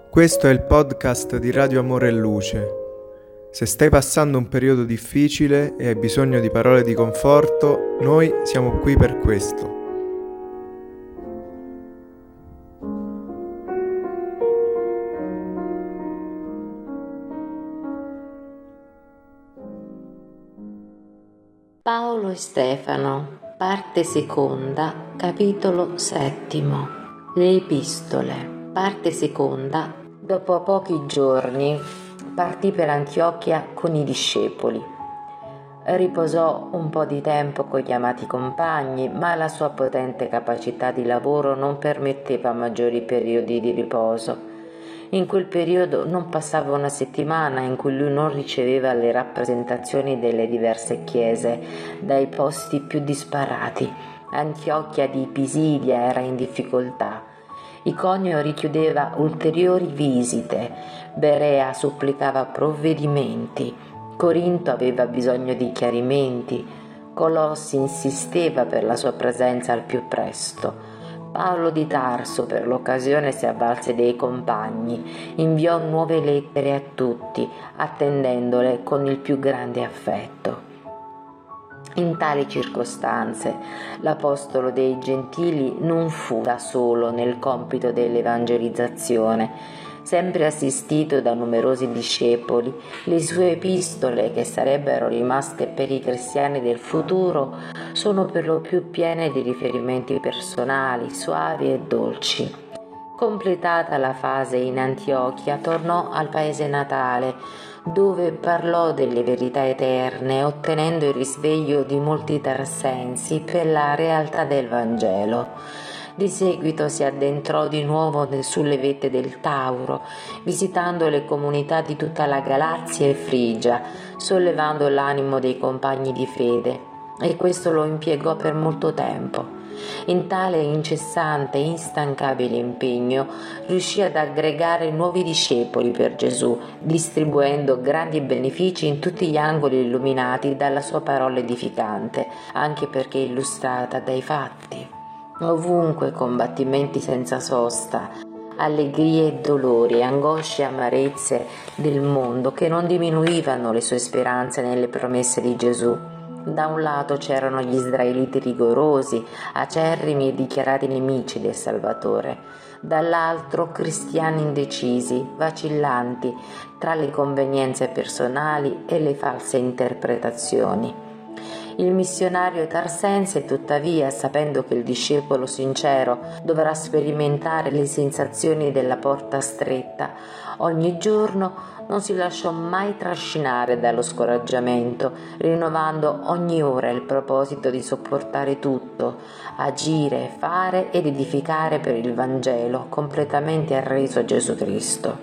Questo è il podcast di Radio Amore e Luce. Se stai passando un periodo difficile e hai bisogno di parole di conforto, noi siamo qui per questo. Paolo e Stefano, parte seconda, capitolo settimo. Le epistole, parte seconda. Dopo pochi giorni partì per Antiochia con i discepoli. Riposò un po' di tempo con gli amati compagni, ma la sua potente capacità di lavoro non permetteva maggiori periodi di riposo. In quel periodo non passava una settimana in cui lui non riceveva le rappresentazioni delle diverse chiese dai posti più disparati. Antiochia di Pisidia era in difficoltà. Iconio richiudeva ulteriori visite. Berea supplicava provvedimenti. Corinto aveva bisogno di chiarimenti. Colossi insisteva per la sua presenza al più presto. Paolo di Tarso per l'occasione si avvalse dei compagni, inviò nuove lettere a tutti, attendendole con il più grande affetto. In tali circostanze l'apostolo dei Gentili non fu da solo nel compito dell'evangelizzazione. Sempre assistito da numerosi discepoli, le sue epistole, che sarebbero rimaste per i cristiani del futuro, sono per lo più piene di riferimenti personali, suavi e dolci. Completata la fase in Antiochia, tornò al paese natale, dove parlò delle verità eterne, ottenendo il risveglio di molti tarsensi per la realtà del Vangelo. Di seguito si addentrò di nuovo sulle vette del Tauro, visitando le comunità di tutta la Galazia e Frigia, sollevando l'animo dei compagni di fede, e questo lo impiegò per molto tempo. In tale incessante e instancabile impegno riuscì ad aggregare nuovi discepoli per Gesù, distribuendo grandi benefici in tutti gli angoli illuminati dalla sua parola edificante, anche perché illustrata dai fatti. Ovunque combattimenti senza sosta, allegrie e dolori, angosce e amarezze del mondo che non diminuivano le sue speranze nelle promesse di Gesù. Da un lato c'erano gli israeliti rigorosi, acerrimi e dichiarati nemici del Salvatore, dall'altro cristiani indecisi, vacillanti tra le convenienze personali e le false interpretazioni. Il missionario tarsense, tuttavia, sapendo che il discepolo sincero dovrà sperimentare le sensazioni della porta stretta ogni giorno, non si lasciò mai trascinare dallo scoraggiamento, rinnovando ogni ora il proposito di sopportare tutto, agire, fare ed edificare per il Vangelo, completamente arreso a Gesù Cristo.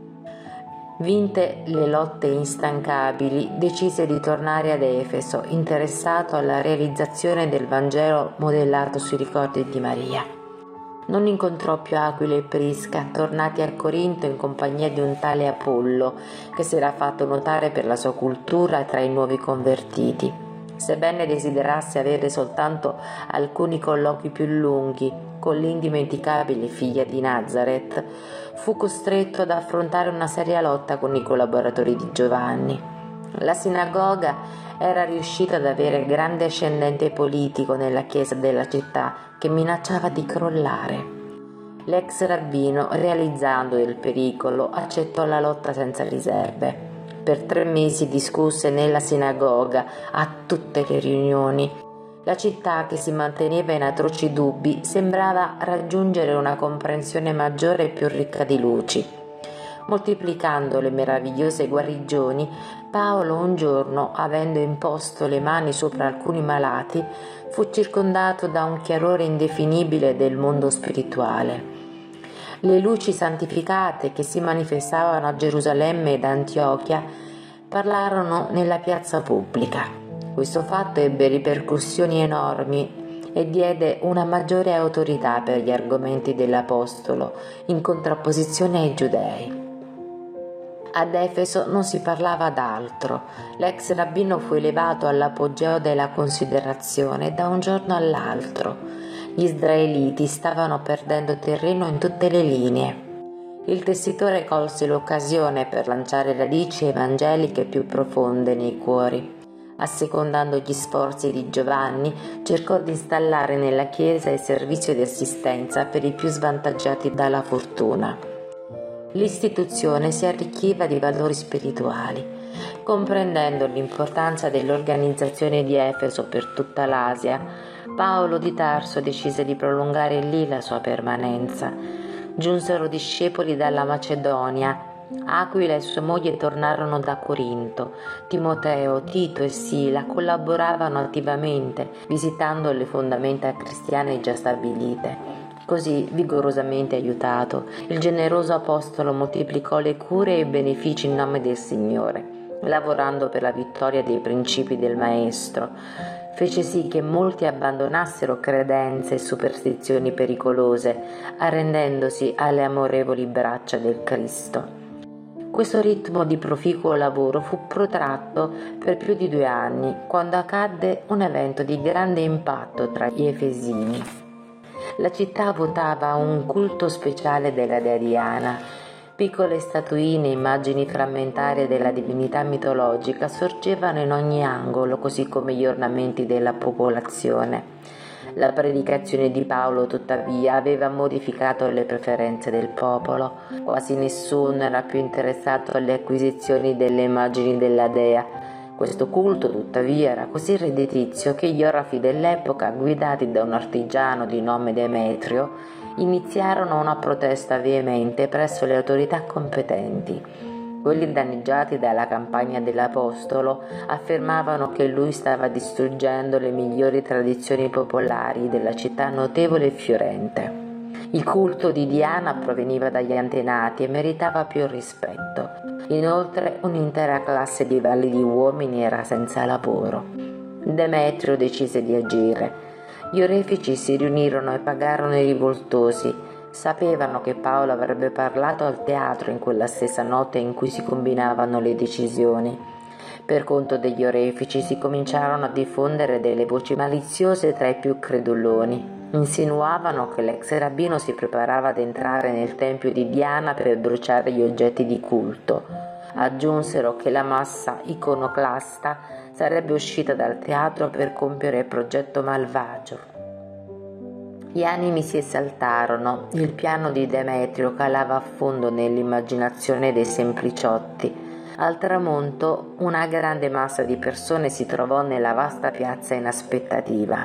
Vinte le lotte instancabili, decise di tornare ad Efeso, interessato alla realizzazione del Vangelo modellato sui ricordi di Maria. Non incontrò più Aquila e Prisca, tornati a Corinto in compagnia di un tale Apollo, che si era fatto notare per la sua cultura tra i nuovi convertiti. Sebbene desiderasse avere soltanto alcuni colloqui più lunghi con l'indimenticabile figlia di Nazareth, fu costretto ad affrontare una seria lotta con i collaboratori di Giovanni. La sinagoga era riuscita ad avere grande ascendente politico nella chiesa della città, che minacciava di crollare. L'ex rabbino, realizzando il pericolo, accettò la lotta senza riserve. Per 3 mesi discusse nella sinagoga a tutte le riunioni. La città, che si manteneva in atroci dubbi, sembrava raggiungere una comprensione maggiore e più ricca di luci. Moltiplicando le meravigliose guarigioni, Paolo un giorno, avendo imposto le mani sopra alcuni malati, fu circondato da un chiarore indefinibile del mondo spirituale. Le luci santificate che si manifestavano a Gerusalemme ed Antiochia parlarono nella piazza pubblica. Questo fatto ebbe ripercussioni enormi e diede una maggiore autorità per gli argomenti dell'Apostolo in contrapposizione ai Giudei. Ad Efeso non si parlava d'altro. L'ex rabbino fu elevato all'apogeo della considerazione da un giorno all'altro. Gli israeliti stavano perdendo terreno in tutte le linee. Il tessitore colse l'occasione per lanciare radici evangeliche più profonde nei cuori. Assecondando gli sforzi di Giovanni, cercò di installare nella Chiesa il servizio di assistenza per i più svantaggiati dalla fortuna. L'istituzione si arricchiva di valori spirituali. Comprendendo l'importanza dell'organizzazione di Efeso per tutta l'Asia, Paolo di Tarso decise di prolungare lì la sua permanenza. Giunsero discepoli dalla Macedonia. Aquila e sua moglie tornarono da Corinto. Timoteo, Tito e Sila collaboravano attivamente, visitando le fondamenta cristiane già stabilite. Così, vigorosamente aiutato, il generoso apostolo moltiplicò le cure e i benefici in nome del Signore, lavorando per la vittoria dei principi del Maestro. Fece sì che molti abbandonassero credenze e superstizioni pericolose, arrendendosi alle amorevoli braccia del Cristo. Questo ritmo di proficuo lavoro fu protratto per più di 2 anni, quando accadde un evento di grande impatto tra gli Efesini. La città votava un culto speciale della dea Diana. Piccole statuine, immagini frammentarie della divinità mitologica sorgevano in ogni angolo, così come gli ornamenti della popolazione. La predicazione di Paolo, tuttavia, aveva modificato le preferenze del popolo. Quasi nessuno era più interessato alle acquisizioni delle immagini della dea. Questo culto, tuttavia, era così redditizio che gli orafi dell'epoca, guidati da un artigiano di nome Demetrio, iniziarono una protesta veemente presso le autorità competenti. Quelli danneggiati dalla campagna dell'Apostolo affermavano che lui stava distruggendo le migliori tradizioni popolari della città notevole e fiorente. Il culto di Diana proveniva dagli antenati e meritava più rispetto. Inoltre, un'intera classe di validi uomini era senza lavoro. Demetrio decise di agire. Gli orefici si riunirono e pagarono i rivoltosi. Sapevano che Paolo avrebbe parlato al teatro in quella stessa notte in cui si combinavano le decisioni. Per conto degli orefici si cominciarono a diffondere delle voci maliziose tra i più creduloni. Insinuavano che l'ex rabbino si preparava ad entrare nel tempio di Diana per bruciare gli oggetti di culto. Aggiunsero che la massa iconoclasta sarebbe uscita dal teatro per compiere il progetto malvagio. Gli animi si esaltarono, il piano di Demetrio calava a fondo nell'immaginazione dei sempliciotti. Al tramonto una grande massa di persone si trovò nella vasta piazza in aspettativa.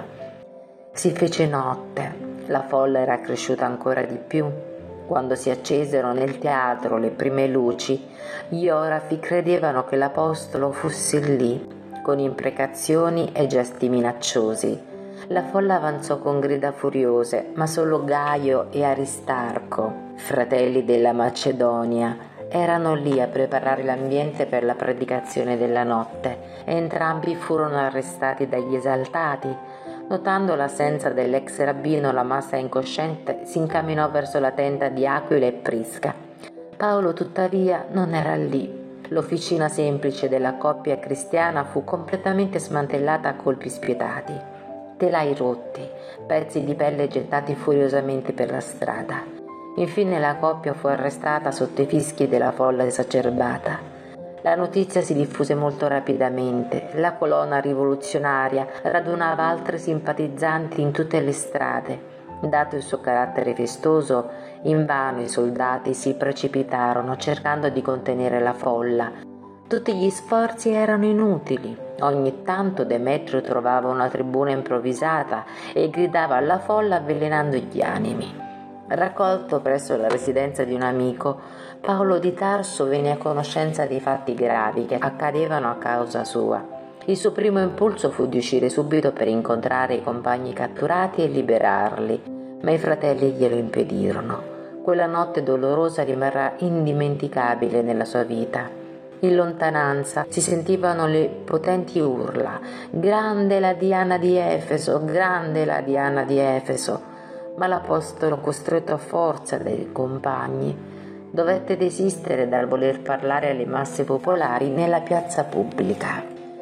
Si fece notte, la folla era cresciuta ancora di più. Quando si accesero nel teatro le prime luci, gli orafi credevano che l'apostolo fosse lì, con imprecazioni e gesti minacciosi. La folla avanzò con grida furiose, ma solo Gaio e Aristarco, fratelli della Macedonia, erano lì a preparare l'ambiente per la predicazione della notte. Entrambi furono arrestati dagli esaltati. Notando l'assenza dell'ex rabbino, la massa incosciente si incamminò verso la tenda di Aquila e Prisca. Paolo, tuttavia, non era lì. L'officina semplice della coppia cristiana fu completamente smantellata a colpi spietati. Telai rotti, pezzi di pelle gettati furiosamente per la strada. Infine la coppia fu arrestata sotto i fischi della folla esacerbata. La notizia si diffuse molto rapidamente. La colonna rivoluzionaria radunava altri simpatizzanti in tutte le strade. Dato il suo carattere festoso, invano i soldati si precipitarono cercando di contenere la folla. Tutti gli sforzi erano inutili. Ogni tanto Demetrio trovava una tribuna improvvisata e gridava alla folla avvelenando gli animi. Raccolto presso la residenza di un amico, Paolo di Tarso venne a conoscenza dei fatti gravi che accadevano a causa sua. Il suo primo impulso fu di uscire subito per incontrare i compagni catturati e liberarli, ma i fratelli glielo impedirono. Quella notte dolorosa rimarrà indimenticabile nella sua vita. In lontananza si sentivano le potenti urla: «Grande la Diana di Efeso, grande la Diana di Efeso!» Ma l'apostolo, costretto a forza dai compagni, dovette desistere dal voler parlare alle masse popolari nella piazza pubblica.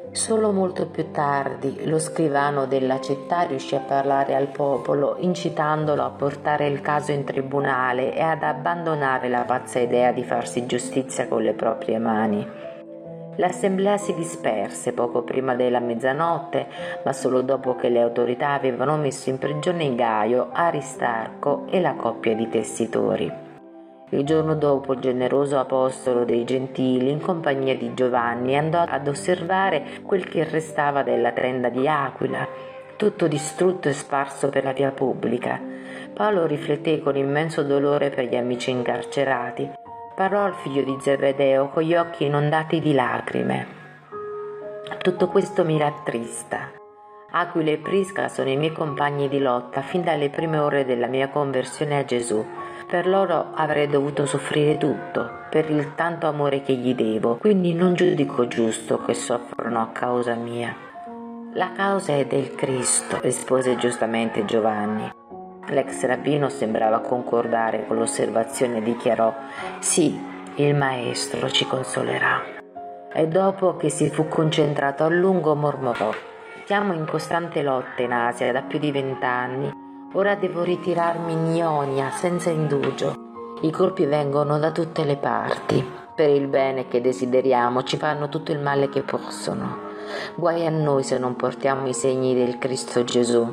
Solo molto più tardi lo scrivano della città riuscì a parlare al popolo, incitandolo a portare il caso in tribunale e ad abbandonare la pazza idea di farsi giustizia con le proprie mani. L'assemblea si disperse poco prima della mezzanotte, ma solo dopo che le autorità avevano messo in prigione Gaio, Aristarco e la coppia di tessitori. Il giorno dopo il generoso apostolo dei Gentili, in compagnia di Giovanni, andò ad osservare quel che restava della tenda di Aquila, tutto distrutto e sparso per la via pubblica. Paolo rifletté con immenso dolore per gli amici incarcerati. Parlò al figlio di Zebedeo con gli occhi inondati di lacrime. Tutto questo mi rattrista. Aquila e Prisca sono i miei compagni di lotta fin dalle prime ore della mia conversione a Gesù. Per loro avrei dovuto soffrire tutto, per il tanto amore che gli devo, quindi non giudico giusto che soffrono a causa mia. La causa è del Cristo, rispose giustamente Giovanni. L'ex rabbino sembrava concordare con l'osservazione e dichiarò: sì, il maestro ci consolerà. E dopo che si fu concentrato a lungo mormorò: siamo in costante lotta in Asia da più di 20 anni. Ora devo ritirarmi in Ionia senza indugio. I colpi vengono da tutte le parti. Per il bene che desideriamo ci fanno tutto il male che possono. Guai a noi se non portiamo i segni del Cristo Gesù.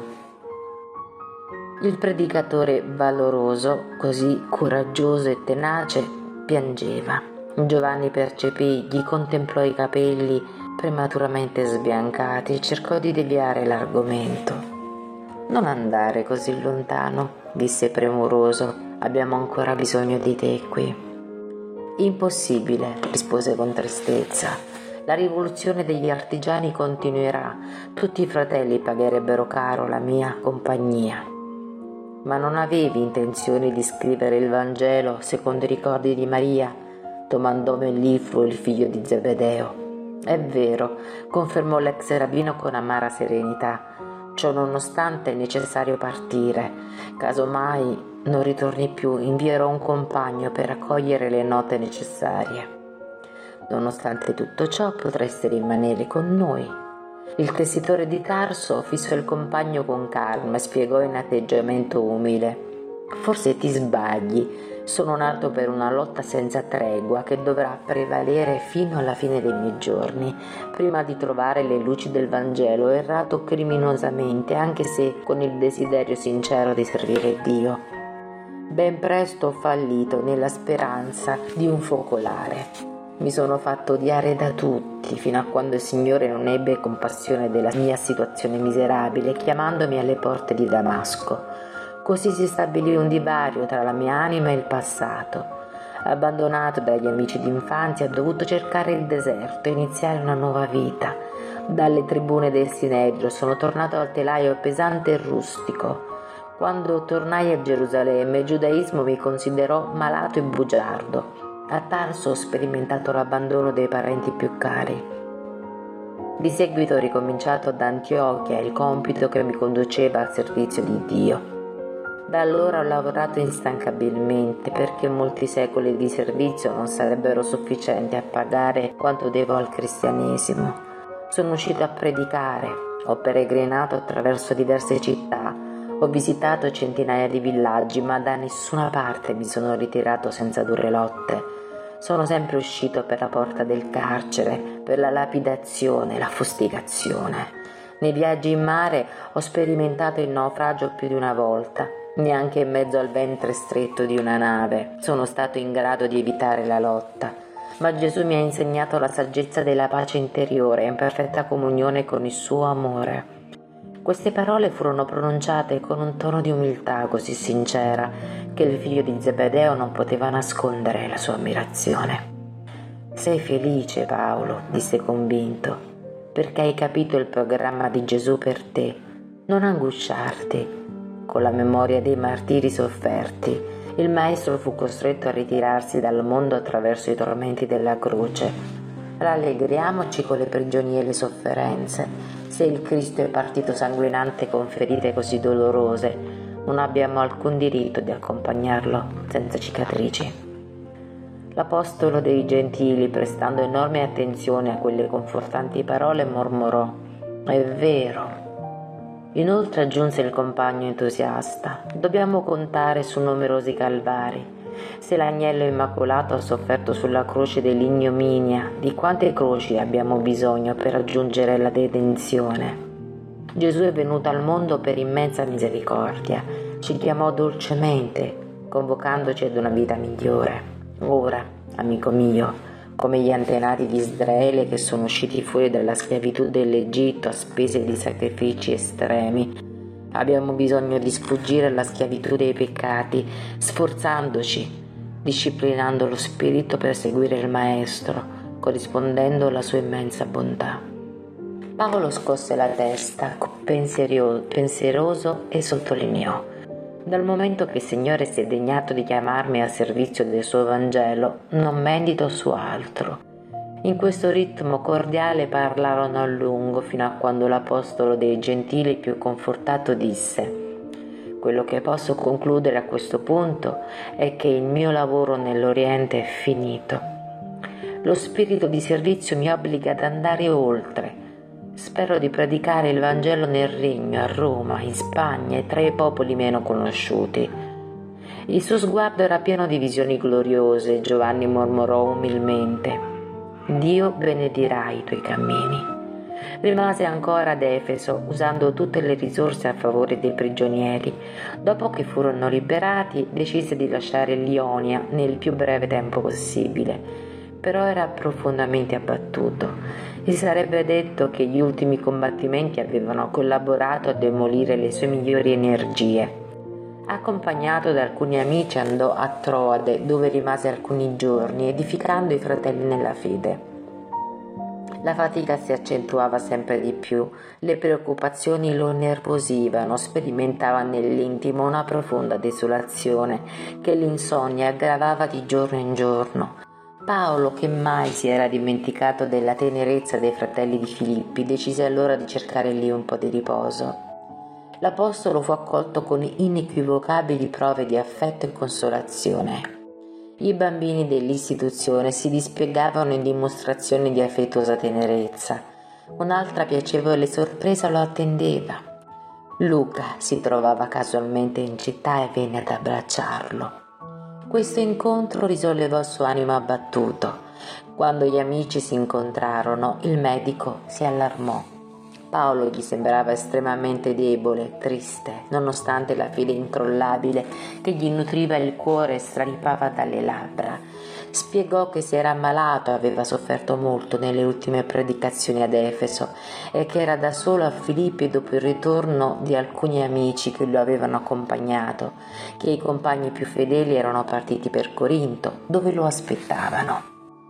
Il predicatore valoroso, così coraggioso e tenace, piangeva. Giovanni percepì, gli contemplò i capelli prematuramente sbiancati e cercò di deviare l'argomento. Non andare così lontano, disse premuroso, abbiamo ancora bisogno di te qui. Impossibile, rispose con tristezza. La rivoluzione degli artigiani continuerà, tutti i fratelli pagherebbero caro la mia compagnia. Ma non avevi intenzione di scrivere il Vangelo secondo i ricordi di Maria? Domandò mellifluo il figlio di Zebedeo. È vero, confermò l'ex rabbino con amara serenità. Ciò nonostante è necessario partire. Casomai non ritorni più, invierò un compagno per raccogliere le note necessarie. Nonostante tutto ciò potresti rimanere con noi. Il tessitore di Tarso fissò il compagno con calma e spiegò in atteggiamento umile: forse ti sbagli. Sono nato per una lotta senza tregua che dovrà prevalere fino alla fine dei miei giorni. Prima di trovare le luci del Vangelo ho errato criminosamente, anche se con il desiderio sincero di servire Dio. Ben presto ho fallito nella speranza di un focolare. Mi sono fatto odiare da tutti, fino a quando il Signore non ebbe compassione della mia situazione miserabile, chiamandomi alle porte di Damasco. Così si stabilì un divario tra la mia anima e il passato. Abbandonato dagli amici d'infanzia, ho dovuto cercare il deserto e iniziare una nuova vita. Dalle tribune del Sinedrio sono tornato al telaio pesante e rustico. Quando tornai a Gerusalemme, il giudaismo mi considerò malato e bugiardo. A Tarso ho sperimentato l'abbandono dei parenti più cari. Di seguito ho ricominciato ad Antiochia il compito che mi conduceva al servizio di Dio. Da allora ho lavorato instancabilmente perché molti secoli di servizio non sarebbero sufficienti a pagare quanto devo al cristianesimo. Sono uscito a predicare, ho peregrinato attraverso diverse città, ho visitato centinaia di villaggi, ma da nessuna parte mi sono ritirato senza dure lotte. Sono sempre uscito per la porta del carcere, per la lapidazione, la fustigazione. Nei viaggi in mare ho sperimentato il naufragio più di una volta. Neanche in mezzo al ventre stretto di una nave sono stato in grado di evitare la lotta, ma Gesù mi ha insegnato la saggezza della pace interiore in perfetta comunione con il suo amore. Queste parole furono pronunciate con un tono di umiltà così sincera che il figlio di Zebedeo non poteva nascondere la sua ammirazione. Sei felice, Paolo, disse convinto, perché hai capito il programma di Gesù per te. Non angosciarti. Con la memoria dei martiri sofferti, il maestro fu costretto a ritirarsi dal mondo attraverso i tormenti della croce. Rallegriamoci con le prigioni e le sofferenze. Se il Cristo è partito sanguinante con ferite così dolorose, non abbiamo alcun diritto di accompagnarlo senza cicatrici. L'apostolo dei Gentili, prestando enorme attenzione a quelle confortanti parole, mormorò: «È vero». Inoltre aggiunse il compagno entusiasta: «Dobbiamo contare su numerosi calvari. Se l'agnello immacolato ha sofferto sulla croce dell'ignominia, di quante croci abbiamo bisogno per raggiungere la redenzione? Gesù è venuto al mondo per immensa misericordia, ci chiamò dolcemente, convocandoci ad una vita migliore. Ora, amico mio, come gli antenati di Israele che sono usciti fuori dalla schiavitù dell'Egitto a spese di sacrifici estremi, abbiamo bisogno di sfuggire alla schiavitù dei peccati, sforzandoci, disciplinando lo spirito per seguire il Maestro, corrispondendo alla sua immensa bontà». Paolo scosse la testa, pensieroso, e sottolineò: «Dal momento che il Signore si è degnato di chiamarmi al servizio del suo Vangelo, non medito su altro». In questo ritmo cordiale parlarono a lungo, fino a quando l'apostolo dei Gentili, più confortato, disse: «Quello che posso concludere a questo punto è che il mio lavoro nell'Oriente è finito. Lo spirito di servizio mi obbliga ad andare oltre. Spero di predicare il Vangelo nel Regno, a Roma, in Spagna e tra i popoli meno conosciuti». Il suo sguardo era pieno di visioni gloriose. Giovanni mormorò umilmente: «Dio benedirà i tuoi cammini». Rimase ancora ad Efeso, usando tutte le risorse a favore dei prigionieri. Dopo che furono liberati, decise di lasciare l'Ionia nel più breve tempo possibile. Però era profondamente abbattuto. Si sarebbe detto che gli ultimi combattimenti avevano collaborato a demolire le sue migliori energie. Accompagnato da alcuni amici, andò a Troade, dove rimase alcuni giorni, edificando i fratelli nella fede. La fatica si accentuava sempre di più, le preoccupazioni lo innervosivano, sperimentava nell'intimo una profonda desolazione che l'insonnia aggravava di giorno in giorno. Paolo, che mai si era dimenticato della tenerezza dei fratelli di Filippi, decise allora di cercare lì un po' di riposo. L'apostolo fu accolto con inequivocabili prove di affetto e consolazione. I bambini dell'istituzione si dispiegavano in dimostrazioni di affettuosa tenerezza. Un'altra piacevole sorpresa lo attendeva. Luca si trovava casualmente in città e venne ad abbracciarlo. Questo incontro risollevò il suo animo abbattuto. Quando gli amici si incontrarono, il medico si allarmò. Paolo gli sembrava estremamente debole, triste, nonostante la fede incrollabile che gli nutriva il cuore e straripava dalle labbra. Spiegò che si era ammalato e aveva sofferto molto nelle ultime predicazioni ad Efeso e che era da solo a Filippi dopo il ritorno di alcuni amici che lo avevano accompagnato, che i compagni più fedeli erano partiti per Corinto, dove lo aspettavano.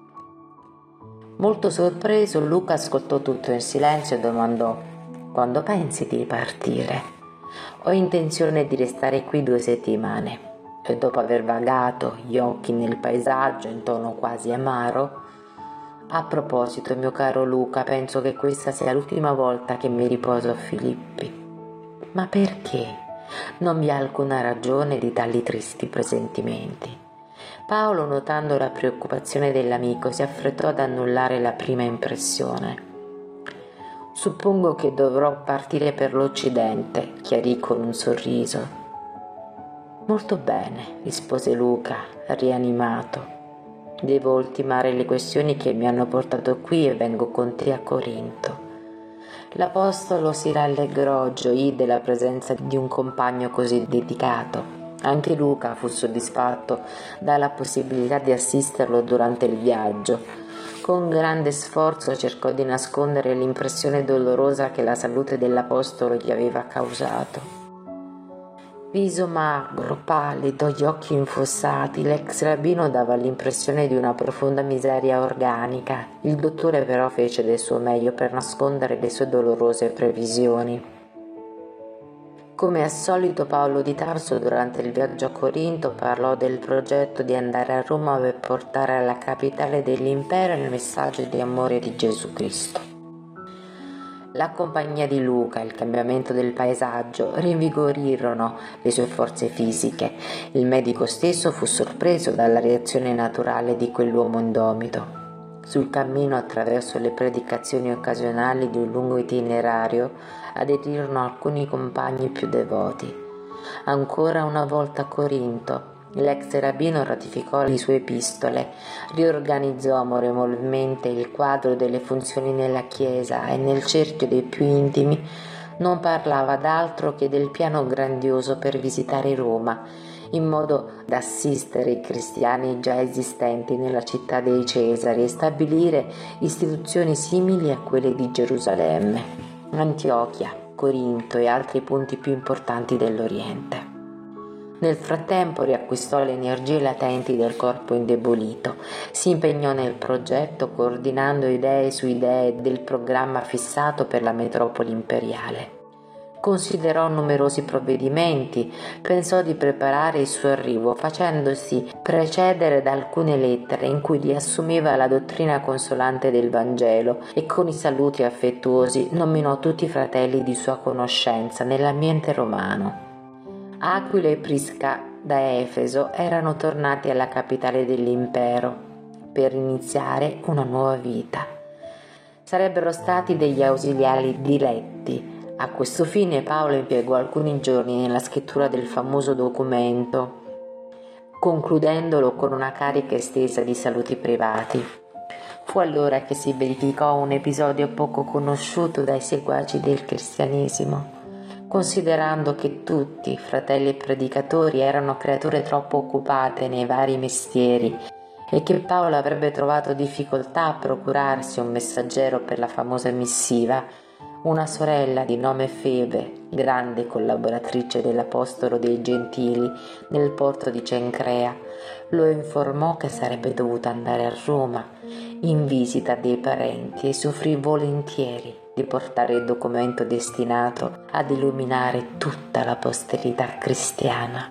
Molto sorpreso, Luca ascoltò tutto in silenzio e domandò: «Quando pensi di partire?» «Ho intenzione di restare qui 2 settimane». E dopo aver vagato gli occhi nel paesaggio in tono quasi amaro: «A proposito, mio caro Luca, penso che questa sia l'ultima volta che mi riposo a Filippi». «Ma perché? Non vi è alcuna ragione di tali tristi presentimenti». Paolo, notando la preoccupazione dell'amico, si affrettò ad annullare la prima impressione. «Suppongo che dovrò partire per l'Occidente», chiarì con un sorriso. «Molto bene», rispose Luca, rianimato. «Devo ultimare le questioni che mi hanno portato qui e vengo con te a Corinto». L'apostolo si rallegrò, gioì della presenza di un compagno così dedicato. Anche Luca fu soddisfatto dalla possibilità di assisterlo durante il viaggio. Con grande sforzo cercò di nascondere l'impressione dolorosa che la salute dell'apostolo gli aveva causato. Viso magro, pallido, gli occhi infossati, l'ex rabbino dava l'impressione di una profonda miseria organica. Il dottore però fece del suo meglio per nascondere le sue dolorose previsioni. Come al solito, Paolo di Tarso durante il viaggio a Corinto parlò del progetto di andare a Roma per portare alla capitale dell'impero il messaggio di amore di Gesù Cristo. La compagnia di Luca e il cambiamento del paesaggio rinvigorirono le sue forze fisiche. Il medico stesso fu sorpreso dalla reazione naturale di quell'uomo indomito. Sul cammino attraverso le predicazioni occasionali di un lungo itinerario aderirono alcuni compagni più devoti. Ancora una volta a Corinto, l'ex rabbino ratificò le sue epistole, riorganizzò amorevolmente il quadro delle funzioni nella Chiesa e nel cerchio dei più intimi non parlava d'altro che del piano grandioso per visitare Roma, in modo da assistere i cristiani già esistenti nella città dei Cesari e stabilire istituzioni simili a quelle di Gerusalemme, Antiochia, Corinto e altri punti più importanti dell'Oriente. Nel frattempo riacquistò le energie latenti del corpo indebolito, si impegnò nel progetto coordinando idee su idee del programma fissato per la metropoli imperiale. Considerò numerosi provvedimenti, pensò di preparare il suo arrivo facendosi precedere da alcune lettere in cui riassumeva la dottrina consolante del Vangelo e con i saluti affettuosi nominò tutti i fratelli di sua conoscenza nell'ambiente romano. Aquila e Prisca da Efeso erano tornati alla capitale dell'impero per iniziare una nuova vita. Sarebbero stati degli ausiliari diletti. A questo fine Paolo impiegò alcuni giorni nella scrittura del famoso documento, concludendolo con una carica estesa di saluti privati. Fu allora che si verificò un episodio poco conosciuto dai seguaci del cristianesimo. Considerando che tutti, fratelli e predicatori, erano creature troppo occupate nei vari mestieri e che Paolo avrebbe trovato difficoltà a procurarsi un messaggero per la famosa missiva, una sorella di nome Febe, grande collaboratrice dell'Apostolo dei Gentili nel porto di Cencrea, lo informò che sarebbe dovuto andare a Roma in visita dei parenti e soffrì volentieri di portare il documento destinato ad illuminare tutta la posterità cristiana.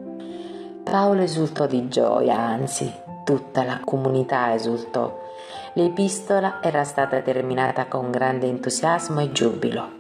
Paolo esultò di gioia, anzi, tutta la comunità esultò. L'epistola era stata terminata con grande entusiasmo e giubilo.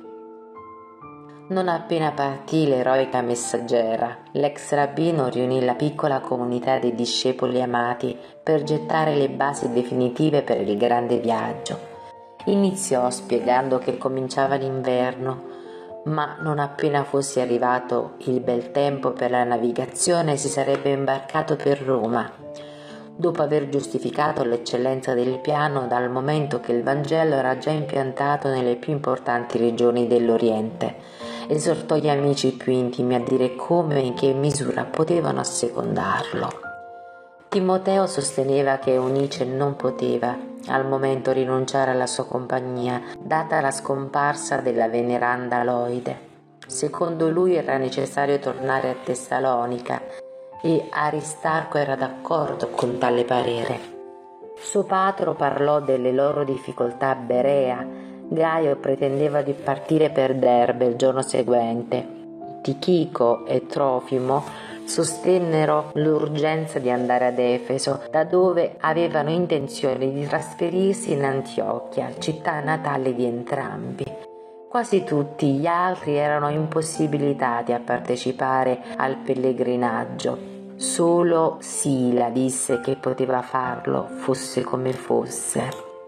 Non appena partì l'eroica messaggera, l'ex rabbino riunì la piccola comunità dei discepoli amati per gettare le basi definitive per il grande viaggio. Iniziò spiegando che cominciava l'inverno, ma non appena fosse arrivato il bel tempo per la navigazione si sarebbe imbarcato per Roma. Dopo aver giustificato l'eccellenza del piano dal momento che il Vangelo era già impiantato nelle più importanti regioni dell'Oriente, esortò gli amici più intimi a dire come e in che misura potevano assecondarlo. Timoteo sosteneva che Eunice non poteva al momento rinunciare alla sua compagnia, data la scomparsa della veneranda Loide. Secondo lui era necessario tornare a Tessalonica e Aristarco era d'accordo con tale parere. Sopatro parlò delle loro difficoltà a Berea. Gaio pretendeva di partire per Derbe il giorno seguente. Tichico e Trofimo sostennero l'urgenza di andare ad Efeso, da dove avevano intenzione di trasferirsi in Antiochia, città natale di entrambi. Quasi tutti gli altri erano impossibilitati a partecipare al pellegrinaggio. Solo Sila disse che poteva farlo, fosse come fosse.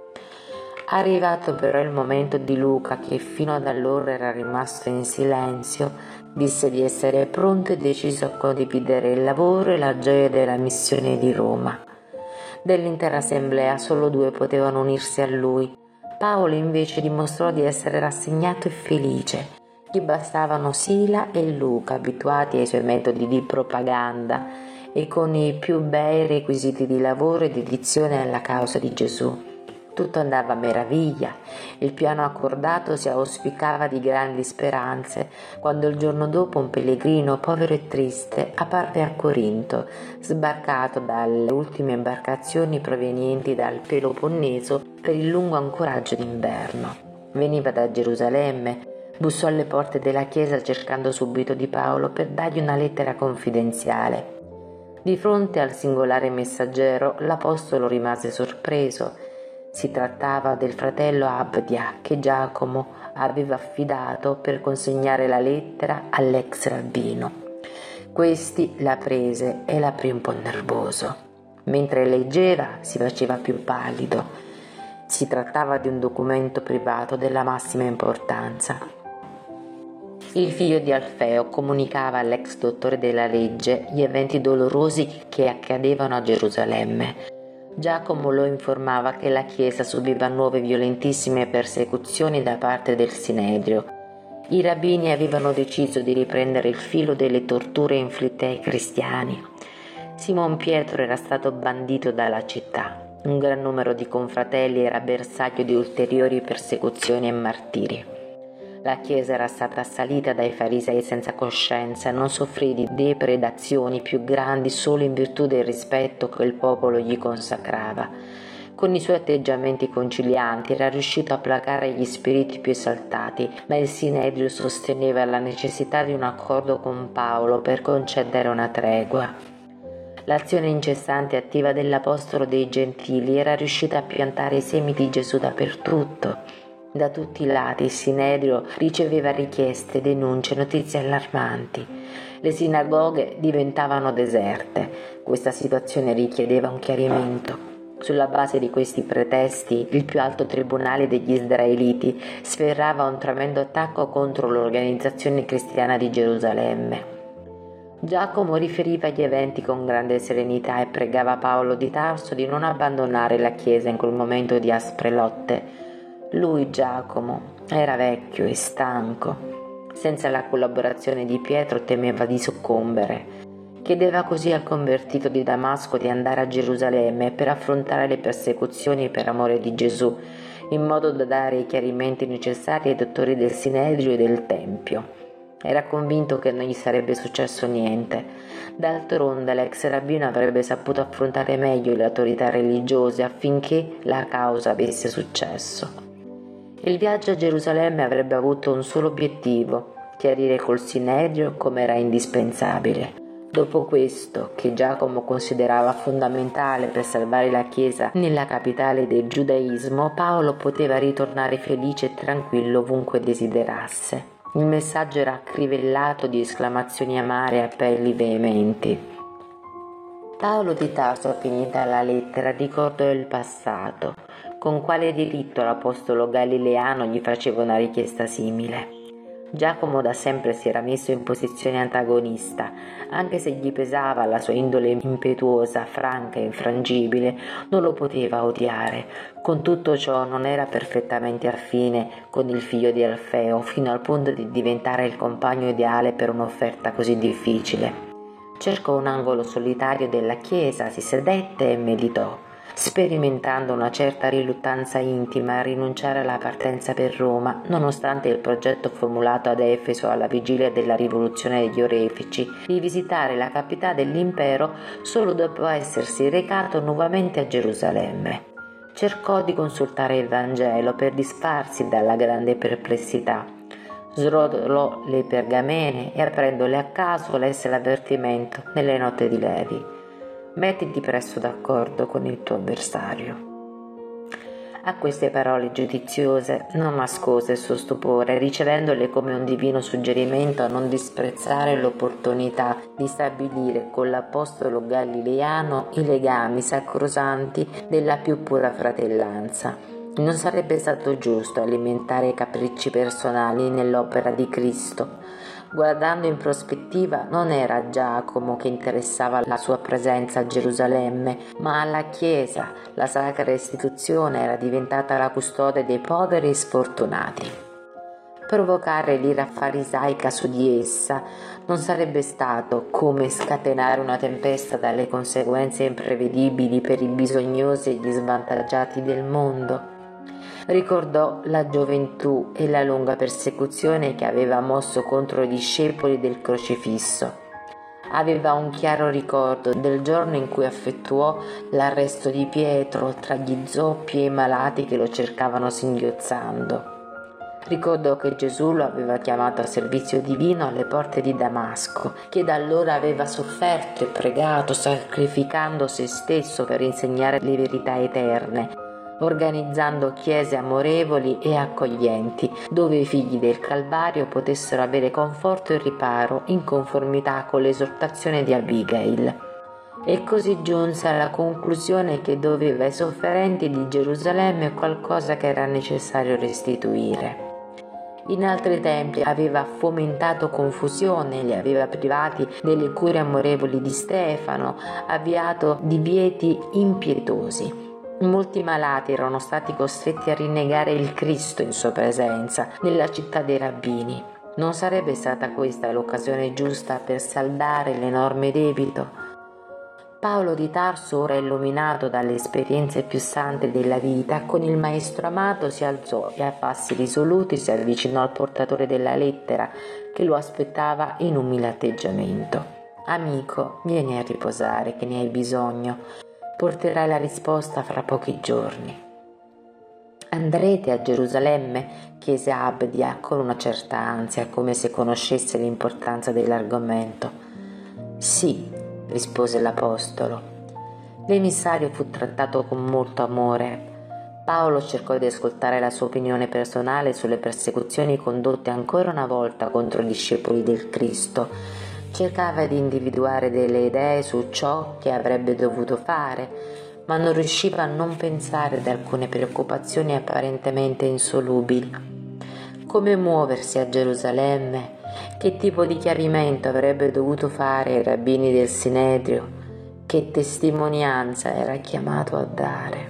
Arrivato però il momento di Luca, che fino ad allora era rimasto in silenzio, disse di essere pronto e deciso a condividere il lavoro e la gioia della missione di Roma. Dell'intera assemblea solo 2 potevano unirsi a lui. Paolo invece dimostrò di essere rassegnato e felice. Gli bastavano Sila e Luca, abituati ai suoi metodi di propaganda e con i più bei requisiti di lavoro e dedizione alla causa di Gesù. Tutto andava a meraviglia. Il piano accordato si auspicava di grandi speranze, quando il giorno dopo un pellegrino povero e triste apparve a Corinto, sbarcato dalle ultime imbarcazioni provenienti dal Peloponneso per il lungo ancoraggio d'inverno. Veniva da Gerusalemme, bussò alle porte della chiesa cercando subito di Paolo per dargli una lettera confidenziale. Di fronte al singolare messaggero, l'apostolo rimase sorpreso. Si trattava del fratello Abdia che Giacomo aveva affidato per consegnare la lettera all'ex rabbino. Questi la prese e l'aprí un po' nervoso. Mentre leggeva si faceva più pallido. Si trattava di un documento privato della massima importanza. Il figlio di Alfeo comunicava all'ex dottore della legge gli eventi dolorosi che accadevano a Gerusalemme. Giacomo lo informava che la Chiesa subiva nuove violentissime persecuzioni da parte del Sinedrio. I rabbini avevano deciso di riprendere il filo delle torture inflitte ai cristiani. Simon Pietro era stato bandito dalla città. Un gran numero di confratelli era bersaglio di ulteriori persecuzioni e martiri. La Chiesa era stata assalita dai farisei senza coscienza e non soffrì di depredazioni più grandi solo in virtù del rispetto che il popolo gli consacrava. Con i suoi atteggiamenti concilianti era riuscito a placare gli spiriti più esaltati, ma il Sinedrio sosteneva la necessità di un accordo con Paolo per concedere una tregua. L'azione incessante e attiva dell'Apostolo dei Gentili era riuscita a piantare i semi di Gesù dappertutto. Da tutti i lati il Sinedrio riceveva richieste, denunce, notizie allarmanti. Le sinagoghe diventavano deserte. Questa situazione richiedeva un chiarimento. Sulla base di questi pretesti, il più alto tribunale degli Israeliti sferrava un tremendo attacco contro l'organizzazione cristiana di Gerusalemme. Giacomo riferiva gli eventi con grande serenità e pregava Paolo di Tarso di non abbandonare la Chiesa in quel momento di aspre lotte. Lui, Giacomo, era vecchio e stanco. Senza la collaborazione di Pietro temeva di soccombere. Chiedeva così al convertito di Damasco di andare a Gerusalemme per affrontare le persecuzioni per amore di Gesù, in modo da dare i chiarimenti necessari ai dottori del Sinedrio e del Tempio. Era convinto che non gli sarebbe successo niente. D'altronde l'ex rabbino avrebbe saputo affrontare meglio le autorità religiose affinché la causa avesse successo. Il viaggio a Gerusalemme avrebbe avuto un solo obiettivo: chiarire col Sinedrio come era indispensabile. Dopo questo, che Giacomo considerava fondamentale per salvare la Chiesa nella capitale del giudaismo, Paolo poteva ritornare felice e tranquillo ovunque desiderasse. Il messaggio era crivellato di esclamazioni amare e appelli veementi. Paolo di Tarso, finita la lettera, ricordò il passato. Con quale diritto l'apostolo galileano gli faceva una richiesta simile? Giacomo da sempre si era messo in posizione antagonista, anche se gli pesava la sua indole impetuosa, franca e infrangibile, non lo poteva odiare. Con tutto ciò non era perfettamente affine con il figlio di Alfeo, fino al punto di diventare il compagno ideale per un'offerta così difficile. Cercò un angolo solitario della chiesa, si sedette e meditò, sperimentando una certa riluttanza intima a rinunciare alla partenza per Roma, nonostante il progetto formulato ad Efeso alla vigilia della rivoluzione degli Orefici di visitare la capitale dell'impero solo dopo essersi recato nuovamente a Gerusalemme. Cercò di consultare il Vangelo per disfarsi dalla grande perplessità. Srotolò le pergamene e, aprendole a caso, lesse l'avvertimento nelle note di Levi: mettiti presto d'accordo con il tuo avversario. A queste parole giudiziose non nascose il suo stupore, ricevendole come un divino suggerimento a non disprezzare l'opportunità di stabilire con l'apostolo galileano i legami sacrosanti della più pura fratellanza. Non sarebbe stato giusto alimentare i capricci personali nell'opera di Cristo. Guardando in prospettiva, non era a Giacomo che interessava la sua presenza a Gerusalemme, ma alla Chiesa. La sacra istituzione era diventata la custode dei poveri e sfortunati. Provocare l'ira farisaica su di essa non sarebbe stato come scatenare una tempesta dalle conseguenze imprevedibili per i bisognosi e gli svantaggiati del mondo. Ricordò la gioventù e la lunga persecuzione che aveva mosso contro i discepoli del crocifisso. Aveva un chiaro ricordo del giorno in cui effettuò l'arresto di Pietro tra gli zoppi e i malati che lo cercavano singhiozzando. Ricordò che Gesù lo aveva chiamato a servizio divino alle porte di Damasco, che da allora aveva sofferto e pregato, sacrificando se stesso per insegnare le verità eterne. organizzando chiese amorevoli e accoglienti, dove i figli del Calvario potessero avere conforto e riparo in conformità con l'esortazione di Abigail. E così giunse alla conclusione che doveva ai sofferenti di Gerusalemme qualcosa che era necessario restituire. In altri tempi aveva fomentato confusione, li aveva privati delle cure amorevoli di Stefano, avviato divieti impietosi. Molti malati erano stati costretti a rinnegare il Cristo in sua presenza nella città dei rabbini. Non sarebbe stata questa l'occasione giusta per saldare l'enorme debito? Paolo di Tarso, ora illuminato dalle esperienze più sante della vita, con il maestro amato si alzò e a passi risoluti si avvicinò al portatore della lettera che lo aspettava in umile atteggiamento. Amico, vieni a riposare che ne hai bisogno. Porterai la risposta fra pochi giorni. Andrete a Gerusalemme? Chiese Abdia con una certa ansia, come se conoscesse l'importanza dell'argomento. Sì, rispose l'apostolo. L'emissario fu trattato con molto amore. Paolo cercò di ascoltare la sua opinione personale sulle persecuzioni condotte ancora una volta contro i discepoli del Cristo. Cercava di individuare delle idee su ciò che avrebbe dovuto fare, ma non riusciva a non pensare ad alcune preoccupazioni apparentemente insolubili. Come muoversi a Gerusalemme? Che tipo di chiarimento avrebbe dovuto fare i rabbini del Sinedrio? Che testimonianza era chiamato a dare?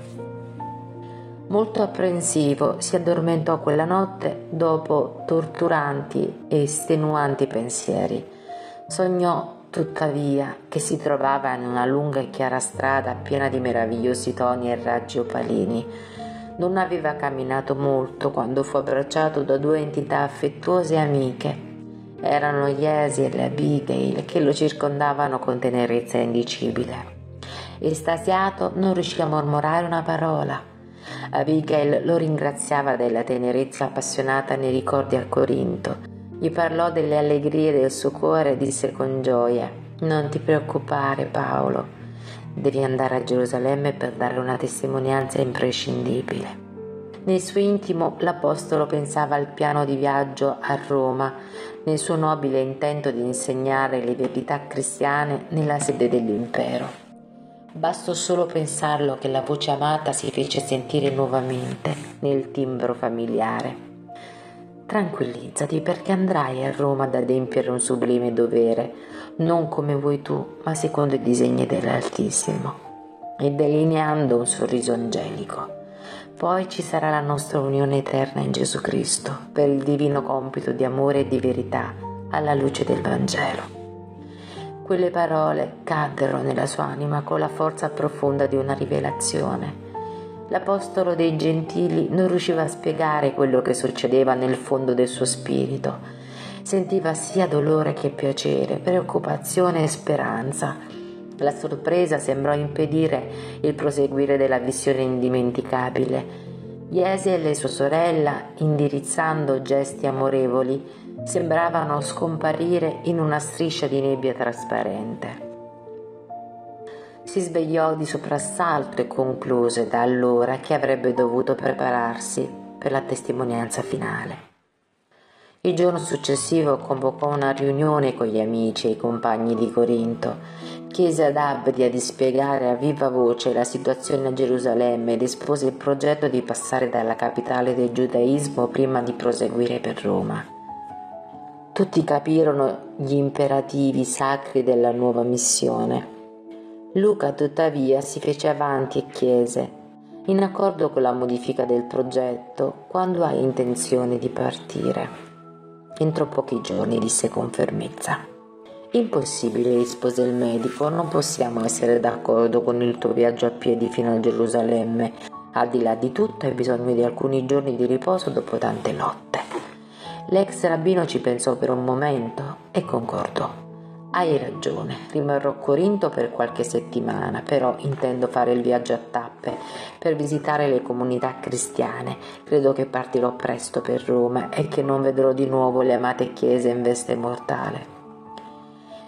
Molto apprensivo si addormentò quella notte dopo torturanti e estenuanti pensieri. Sognò tuttavia che si trovava in una lunga e chiara strada piena di meravigliosi toni e raggi opalini. Non aveva camminato molto quando fu abbracciato da due entità affettuose e amiche. Erano Jesiel e Abigail che lo circondavano con tenerezza indicibile. Estasiato non riuscì a mormorare una parola. Abigail lo ringraziava della tenerezza appassionata nei ricordi a Corinto. Gli parlò delle allegrie del suo cuore e disse con gioia: «Non ti preoccupare, Paolo. Devi andare a Gerusalemme per dare una testimonianza imprescindibile». Nel suo intimo l'apostolo pensava al piano di viaggio a Roma, nel suo nobile intento di insegnare le verità cristiane nella sede dell'impero. Bastò solo pensarlo che la voce amata si fece sentire nuovamente nel timbro familiare. «Tranquillizzati, perché andrai a Roma ad adempiere un sublime dovere, non come vuoi tu, ma secondo i disegni dell'Altissimo». E delineando un sorriso angelico: «Poi ci sarà la nostra unione eterna in Gesù Cristo, per il divino compito di amore e di verità, alla luce del Vangelo». Quelle parole caddero nella sua anima con la forza profonda di una rivelazione. L'apostolo dei Gentili non riusciva a spiegare quello che succedeva nel fondo del suo spirito. Sentiva sia dolore che piacere, preoccupazione e speranza. La sorpresa sembrò impedire il proseguire della visione indimenticabile. Jesiel e sua sorella, indirizzando gesti amorevoli, sembravano scomparire in una striscia di nebbia trasparente. Si svegliò di soprassalto e concluse da allora che avrebbe dovuto prepararsi per la testimonianza finale. Il giorno successivo convocò una riunione con gli amici e i compagni di Corinto. Chiese ad Abdia di spiegare a viva voce la situazione a Gerusalemme ed espose il progetto di passare dalla capitale del giudaismo prima di proseguire per Roma. Tutti capirono gli imperativi sacri della nuova missione. Luca, tuttavia, si fece avanti e chiese: «In accordo con la modifica del progetto, quando hai intenzione di partire?» «Entro pochi giorni», disse con fermezza. «Impossibile», rispose il medico, «non possiamo essere d'accordo con il tuo viaggio a piedi fino a Gerusalemme. Al di là di tutto, hai bisogno di alcuni giorni di riposo dopo tante lotte». L'ex rabbino ci pensò per un momento e concordò. «Hai ragione, rimarrò a Corinto per qualche settimana, però intendo fare il viaggio a tappe per visitare le comunità cristiane. Credo che partirò presto per Roma e che non vedrò di nuovo le amate chiese in veste mortale».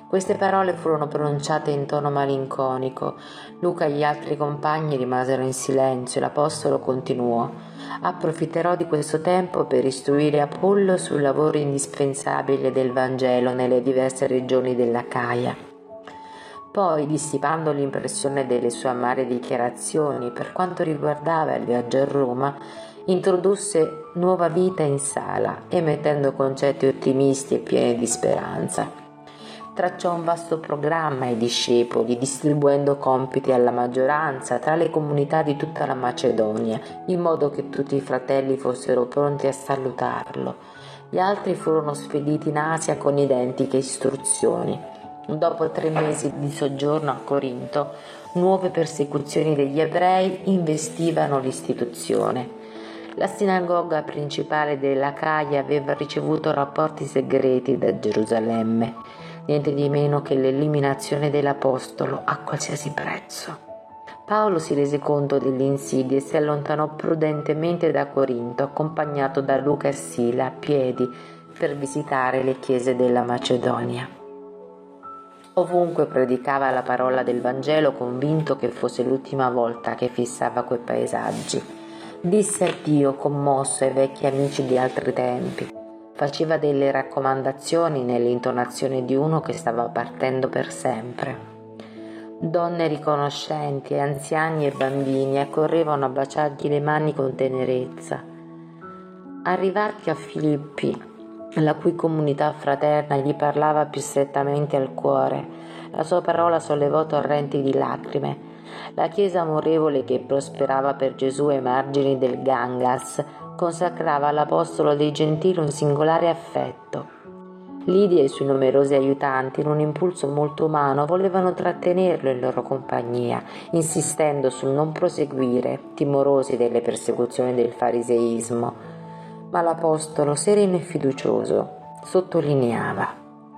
Queste parole furono pronunciate in tono malinconico. Luca e gli altri compagni rimasero in silenzio e l'apostolo continuò: approfitterò di questo tempo per istruire Apollo sul lavoro indispensabile del Vangelo nelle diverse regioni dell'Acaia. Poi, dissipando l'impressione delle sue amare dichiarazioni per quanto riguardava il viaggio a Roma, introdusse nuova vita in sala, emettendo concetti ottimisti e pieni di speranza. Tracciò un vasto programma ai discepoli, distribuendo compiti alla maggioranza tra le comunità di tutta la Macedonia, in modo che tutti i fratelli fossero pronti a salutarlo. Gli altri furono spediti in Asia con identiche istruzioni. Dopo 3 mesi di soggiorno a Corinto, nuove persecuzioni degli ebrei investivano l'istituzione. La sinagoga principale dell'Acaia aveva ricevuto rapporti segreti da Gerusalemme, niente di meno che l'eliminazione dell'apostolo a qualsiasi prezzo. Paolo si rese conto delle insidie e si allontanò prudentemente da Corinto, accompagnato da Luca e Sila a piedi per visitare le chiese della Macedonia. Ovunque predicava la parola del Vangelo, convinto che fosse l'ultima volta che fissava quei paesaggi. Disse addio commosso ai vecchi amici di altri tempi. Faceva delle raccomandazioni nell'intonazione di uno che stava partendo per sempre. Donne riconoscenti, anziani e bambini accorrevano a baciargli le mani con tenerezza. Arrivati a Filippi, la cui comunità fraterna gli parlava più strettamente al cuore, la sua parola sollevò torrenti di lacrime. La chiesa amorevole che prosperava per Gesù ai margini del Gangas consacrava all'apostolo dei gentili un singolare affetto. Lidia e i suoi numerosi aiutanti, in un impulso molto umano, volevano trattenerlo in loro compagnia, insistendo sul non proseguire, timorosi delle persecuzioni del fariseismo. Ma l'apostolo, sereno e fiducioso, sottolineava: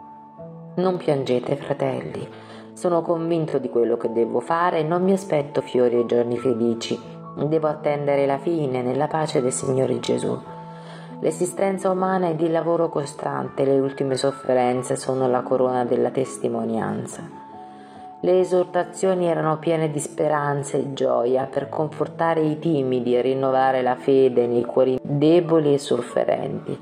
non piangete, fratelli, sono convinto di quello che devo fare e non mi aspetto fiori e giorni felici. Devo attendere la fine nella pace del Signore Gesù. L'esistenza umana è di lavoro costante, le ultime sofferenze sono la corona della testimonianza. Le esortazioni erano piene di speranza e gioia per confortare i timidi e rinnovare la fede nei cuori deboli e sofferenti.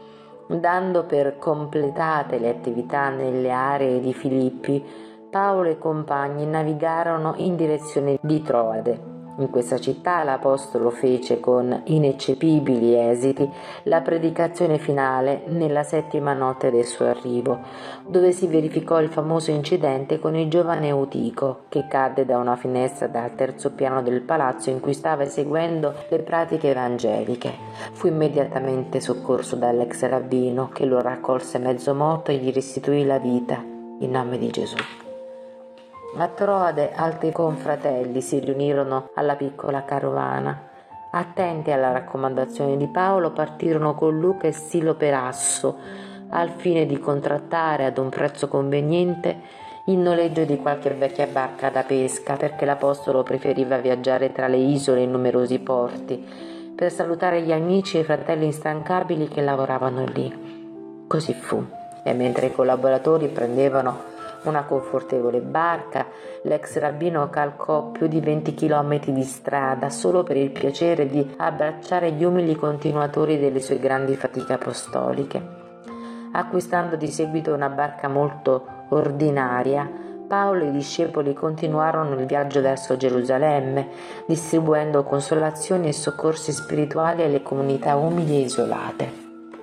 Dando per completate le attività nelle aree di Filippi, Paolo e i compagni navigarono in direzione di Troade. In questa città l'apostolo fece con ineccepibili esiti la predicazione finale nella 7ª notte del suo arrivo, dove si verificò il famoso incidente con il giovane Eutico, che cadde da una finestra dal 3° piano del palazzo in cui stava eseguendo le pratiche evangeliche. Fu immediatamente soccorso dall'ex rabbino, che lo raccolse mezzo morto e gli restituì la vita in nome di Gesù. A Troade altri confratelli si riunirono alla piccola carovana. Attenti alla raccomandazione di Paolo, partirono con Luca e Silo per Asso, al fine di contrattare ad un prezzo conveniente il noleggio di qualche vecchia barca da pesca, perché l'apostolo preferiva viaggiare tra le isole in numerosi porti per salutare gli amici e i fratelli instancabili che lavoravano lì. Così fu, e mentre i collaboratori prendevano una confortevole barca, l'ex rabbino calcò più di 20 chilometri di strada solo per il piacere di abbracciare gli umili continuatori delle sue grandi fatiche apostoliche. Acquistando di seguito una barca molto ordinaria, Paolo e i discepoli continuarono il viaggio verso Gerusalemme, distribuendo consolazioni e soccorsi spirituali alle comunità umili e isolate.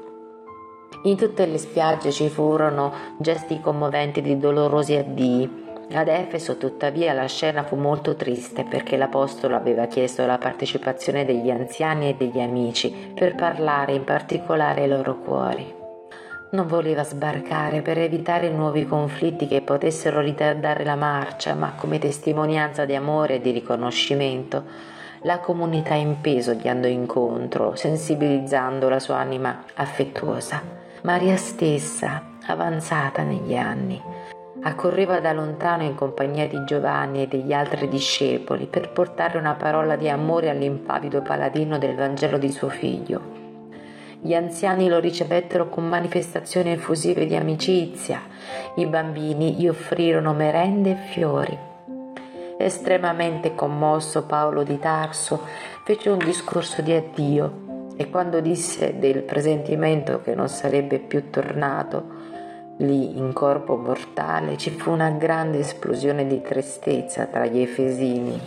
In tutte le spiagge ci furono gesti commoventi di dolorosi addii. Ad Efeso, tuttavia, la scena fu molto triste perché l'apostolo aveva chiesto la partecipazione degli anziani e degli amici per parlare in particolare ai loro cuori. Non voleva sbarcare per evitare nuovi conflitti che potessero ritardare la marcia, ma come testimonianza di amore e di riconoscimento, la comunità in peso gli andò incontro, sensibilizzando la sua anima affettuosa. Maria stessa, avanzata negli anni, accorreva da lontano in compagnia di Giovanni e degli altri discepoli per portare una parola di amore all'impavido paladino del Vangelo di suo figlio. Gli anziani lo ricevettero con manifestazioni effusive di amicizia, i bambini gli offrirono merende e fiori. Estremamente commosso, Paolo di Tarso fece un discorso di addio e quando disse del presentimento che non sarebbe più tornato lì in corpo mortale, ci fu una grande esplosione di tristezza tra gli efesini.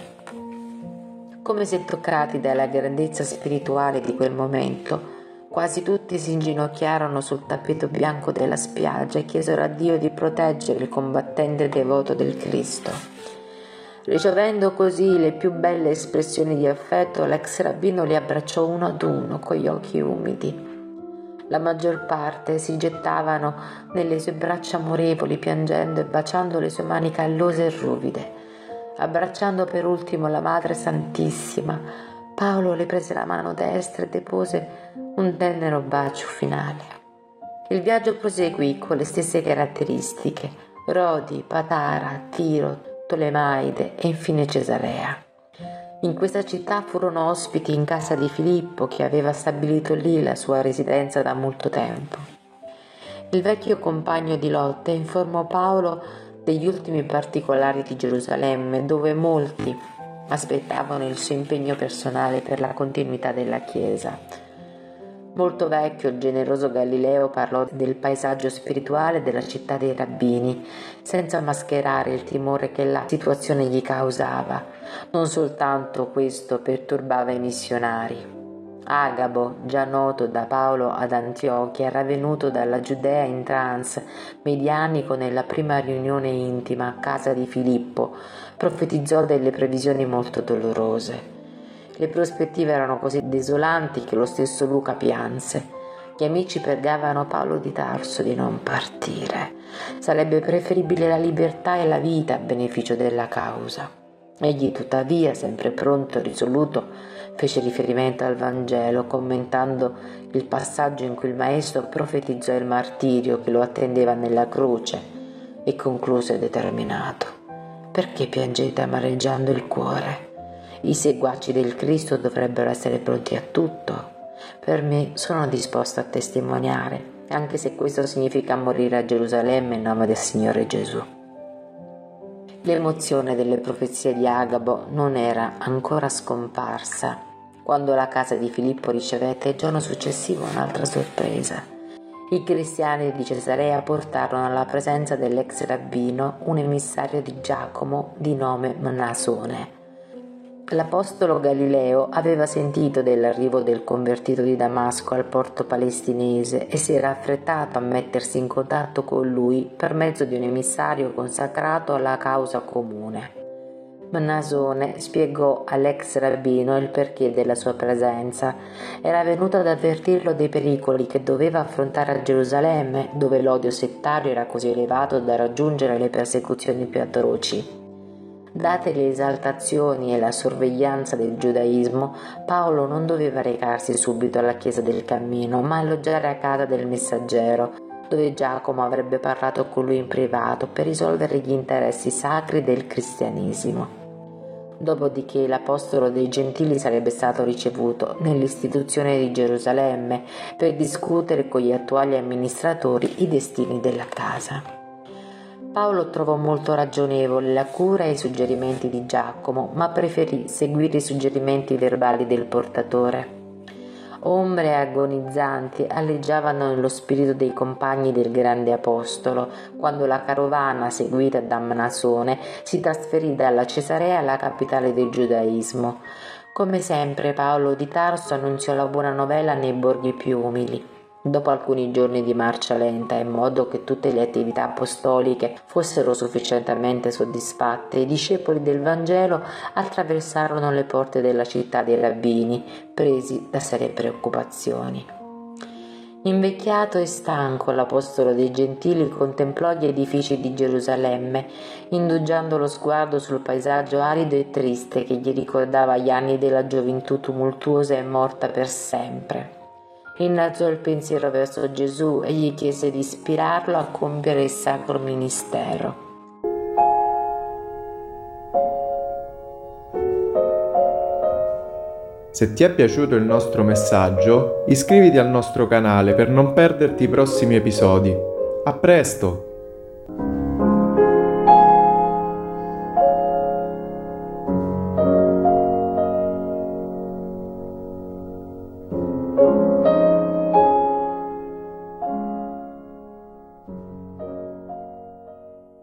Come se toccati dalla grandezza spirituale di quel momento, quasi tutti si inginocchiarono sul tappeto bianco della spiaggia e chiesero a Dio di proteggere il combattente devoto del Cristo. Ricevendo così le più belle espressioni di affetto, l'ex rabbino li abbracciò uno ad uno con gli occhi umidi. La maggior parte si gettavano nelle sue braccia amorevoli, piangendo e baciando le sue mani callose e ruvide. Abbracciando per ultimo la Madre Santissima, Paolo le prese la mano destra e depose un tenero bacio finale. Il viaggio proseguì con le stesse caratteristiche: Rodi, Patara, Tiro, Tolemaide e infine Cesarea. In questa città furono ospiti in casa di Filippo, che aveva stabilito lì la sua residenza da molto tempo. Il vecchio compagno di lotte informò Paolo degli ultimi particolari di Gerusalemme, dove molti aspettavano il suo impegno personale per la continuità della Chiesa. Molto vecchio, il generoso Galileo parlò del paesaggio spirituale della città dei rabbini, senza mascherare il timore che la situazione gli causava. Non soltanto questo perturbava i missionari. Agabo, già noto da Paolo ad Antiochia, era venuto dalla Giudea in trance medianico nella prima riunione intima a casa di Filippo, profetizzò delle previsioni molto dolorose. Le prospettive erano così desolanti che lo stesso Luca pianse. Gli amici pregavano Paolo di Tarso di non partire. Sarebbe preferibile la libertà e la vita a beneficio della causa. Egli, tuttavia, sempre pronto e risoluto, fece riferimento al Vangelo, commentando il passaggio in cui il Maestro profetizzò il martirio che lo attendeva nella croce e concluse determinato: «Perché piangete amareggiando il cuore? I seguaci del Cristo dovrebbero essere pronti a tutto. Per me sono disposto a testimoniare, anche se questo significa morire a Gerusalemme in nome del Signore Gesù». L'emozione delle profezie di Agabo non era ancora scomparsa quando la casa di Filippo ricevette il giorno successivo un'altra sorpresa. I cristiani di Cesarea portarono alla presenza dell'ex rabbino un emissario di Giacomo di nome Mnasone. L'apostolo Galileo aveva sentito dell'arrivo del convertito di Damasco al porto palestinese e si era affrettato a mettersi in contatto con lui per mezzo di un emissario consacrato alla causa comune. Mnasone spiegò all'ex rabbino il perché della sua presenza. Era venuto ad avvertirlo dei pericoli che doveva affrontare a Gerusalemme, dove l'odio settario era così elevato da raggiungere le persecuzioni più atroci. Date le esaltazioni e la sorveglianza del giudaismo, Paolo non doveva recarsi subito alla chiesa del Cammino, ma alloggiare a casa del messaggero, dove Giacomo avrebbe parlato con lui in privato per risolvere gli interessi sacri del cristianesimo. Dopodiché l'apostolo dei Gentili sarebbe stato ricevuto nell'istituzione di Gerusalemme per discutere con gli attuali amministratori i destini della casa. Paolo trovò molto ragionevole la cura e i suggerimenti di Giacomo, ma preferì seguire i suggerimenti verbali del portatore. Ombre agonizzanti alleggiavano nello spirito dei compagni del grande apostolo, quando la carovana, seguita da Mnasone, si trasferì dalla Cesarea alla capitale del giudaismo. Come sempre, Paolo di Tarso annunziò la buona novella nei borghi più umili. Dopo alcuni giorni di marcia lenta, in modo che tutte le attività apostoliche fossero sufficientemente soddisfatte, i discepoli del Vangelo attraversarono le porte della città dei rabbini, presi da serie preoccupazioni. Invecchiato e stanco, l'apostolo dei Gentili contemplò gli edifici di Gerusalemme, indugiando lo sguardo sul paesaggio arido e triste che gli ricordava gli anni della gioventù tumultuosa e morta per sempre. Innalzò il pensiero verso Gesù e gli chiese di ispirarlo a compiere il sacro ministero. Se ti è piaciuto il nostro messaggio, iscriviti al nostro canale per non perderti i prossimi episodi. A presto!